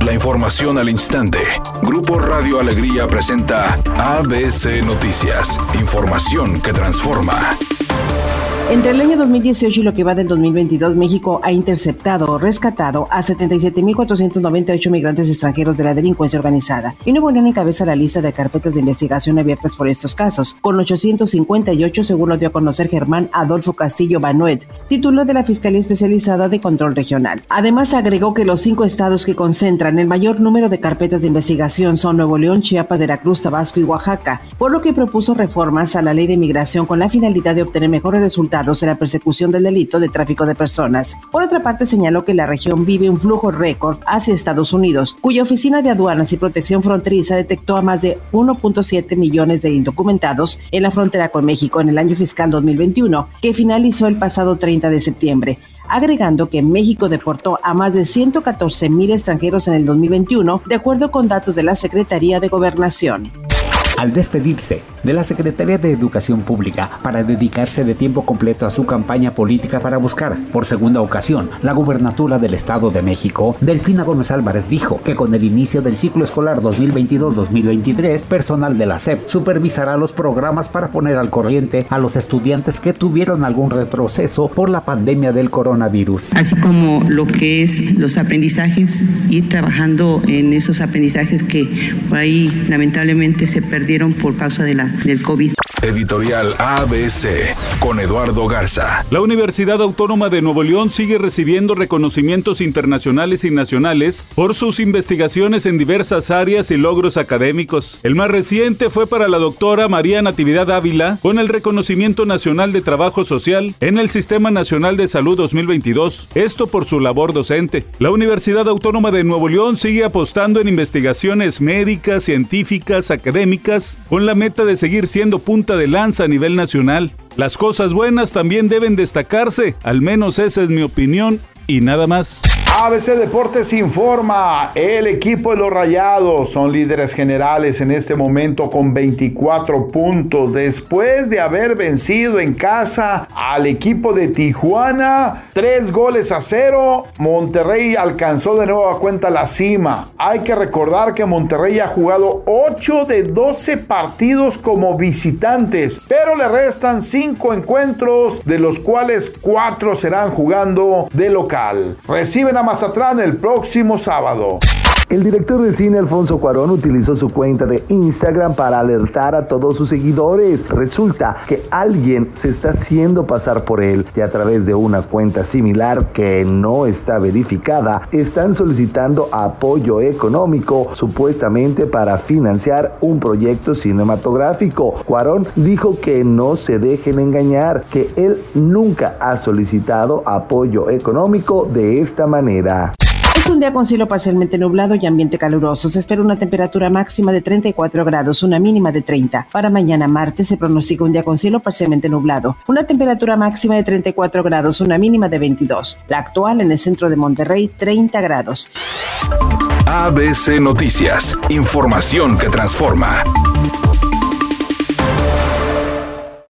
La información al instante. Grupo Radio Alegría presenta ABC Noticias. Información que transforma. Entre el año 2018 y lo que va del 2022, México ha interceptado o rescatado a 77,498 migrantes extranjeros de la delincuencia organizada. Y Nuevo León encabeza la lista de carpetas de investigación abiertas por estos casos, con 858, según lo dio a conocer Germán Adolfo Castillo Banuet, titular de la Fiscalía Especializada de Control Regional. Además, agregó que los 5 estados que concentran el mayor número de carpetas de investigación son Nuevo León, Chiapas, Veracruz, Tabasco y Oaxaca, por lo que propuso reformas a la ley de migración con la finalidad de obtener mejores resultados en la persecución del delito de tráfico de personas. Por otra parte, señaló que la región vive un flujo récord hacia Estados Unidos, cuya Oficina de Aduanas y Protección Fronteriza detectó a más de 1.7 millones de indocumentados en la frontera con México en el año fiscal 2021, que finalizó el pasado 30 de septiembre. Agregando que México deportó a más de 114,000 extranjeros en el 2021, de acuerdo con datos de la Secretaría de Gobernación. Al despedirse de la Secretaría de Educación Pública para dedicarse de tiempo completo a su campaña política para buscar, por segunda ocasión, la gubernatura del Estado de México, Delfina Gómez Álvarez dijo que con el inicio del ciclo escolar 2022-2023, personal de la SEP supervisará los programas para poner al corriente a los estudiantes que tuvieron algún retroceso por la pandemia del coronavirus. Así como lo que es los aprendizajes, ir trabajando en esos aprendizajes que por ahí lamentablemente se perdieron por causa del COVID. Editorial ABC con Eduardo Garza. La Universidad Autónoma de Nuevo León sigue recibiendo reconocimientos internacionales y nacionales por sus investigaciones en diversas áreas y logros académicos. El más reciente fue para la doctora María Natividad Ávila con el Reconocimiento Nacional de Trabajo Social en el Sistema Nacional de Salud 2022, esto por su labor docente. La Universidad Autónoma de Nuevo León sigue apostando en investigaciones médicas, científicas, académicas, con la meta de seguir siendo punta de lanza a nivel nacional. Las cosas buenas también deben destacarse, al menos esa es mi opinión y nada más. ABC Deportes informa, el equipo de los Rayados son líderes generales en este momento con 24 puntos. Después de haber vencido en casa al equipo de Tijuana, 3-0, Monterrey alcanzó de nueva cuenta la cima. Hay que recordar que Monterrey ha jugado 8 de 12 partidos como visitantes, pero le restan 5 encuentros, de los cuales 4 serán jugando de local. Reciben a Mazatlán el próximo sábado. El director de cine Alfonso Cuarón utilizó su cuenta de Instagram para alertar a todos sus seguidores. Resulta que alguien se está haciendo pasar por él y a través de una cuenta similar que no está verificada, están solicitando apoyo económico supuestamente para financiar un proyecto cinematográfico. Cuarón dijo que no se dejen engañar, que él nunca ha solicitado apoyo económico de esta manera. Es un día con cielo parcialmente nublado y ambiente caluroso. Se espera una temperatura máxima de 34 grados, una mínima de 30. Para mañana martes se pronostica un día con cielo parcialmente nublado. Una temperatura máxima de 34 grados, una mínima de 22. La actual en el centro de Monterrey, 30 grados. ABC Noticias. Información que transforma.